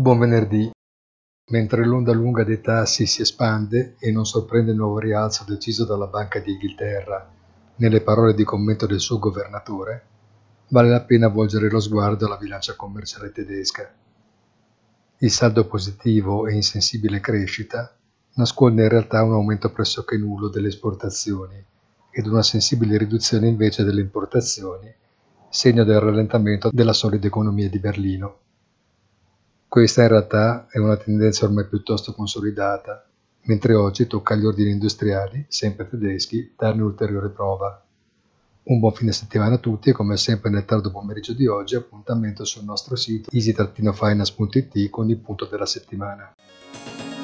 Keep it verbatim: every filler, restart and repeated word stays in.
Buon venerdì. Mentre l'onda lunga dei tassi si espande e non sorprende il nuovo rialzo deciso dalla Banca d'Inghilterra nelle parole di commento del suo governatore, vale la pena volgere lo sguardo alla bilancia commerciale tedesca. Il saldo positivo e in sensibile crescita nasconde in realtà un aumento pressoché nullo delle esportazioni ed una sensibile riduzione invece delle importazioni, segno del rallentamento della solida economia di Berlino. Questa in realtà è una tendenza ormai piuttosto consolidata, mentre oggi tocca agli ordini industriali, sempre tedeschi, darne ulteriore prova. Un buon fine settimana a tutti e come sempre nel tardo pomeriggio di oggi appuntamento sul nostro sito easy finance punto it con il punto della settimana.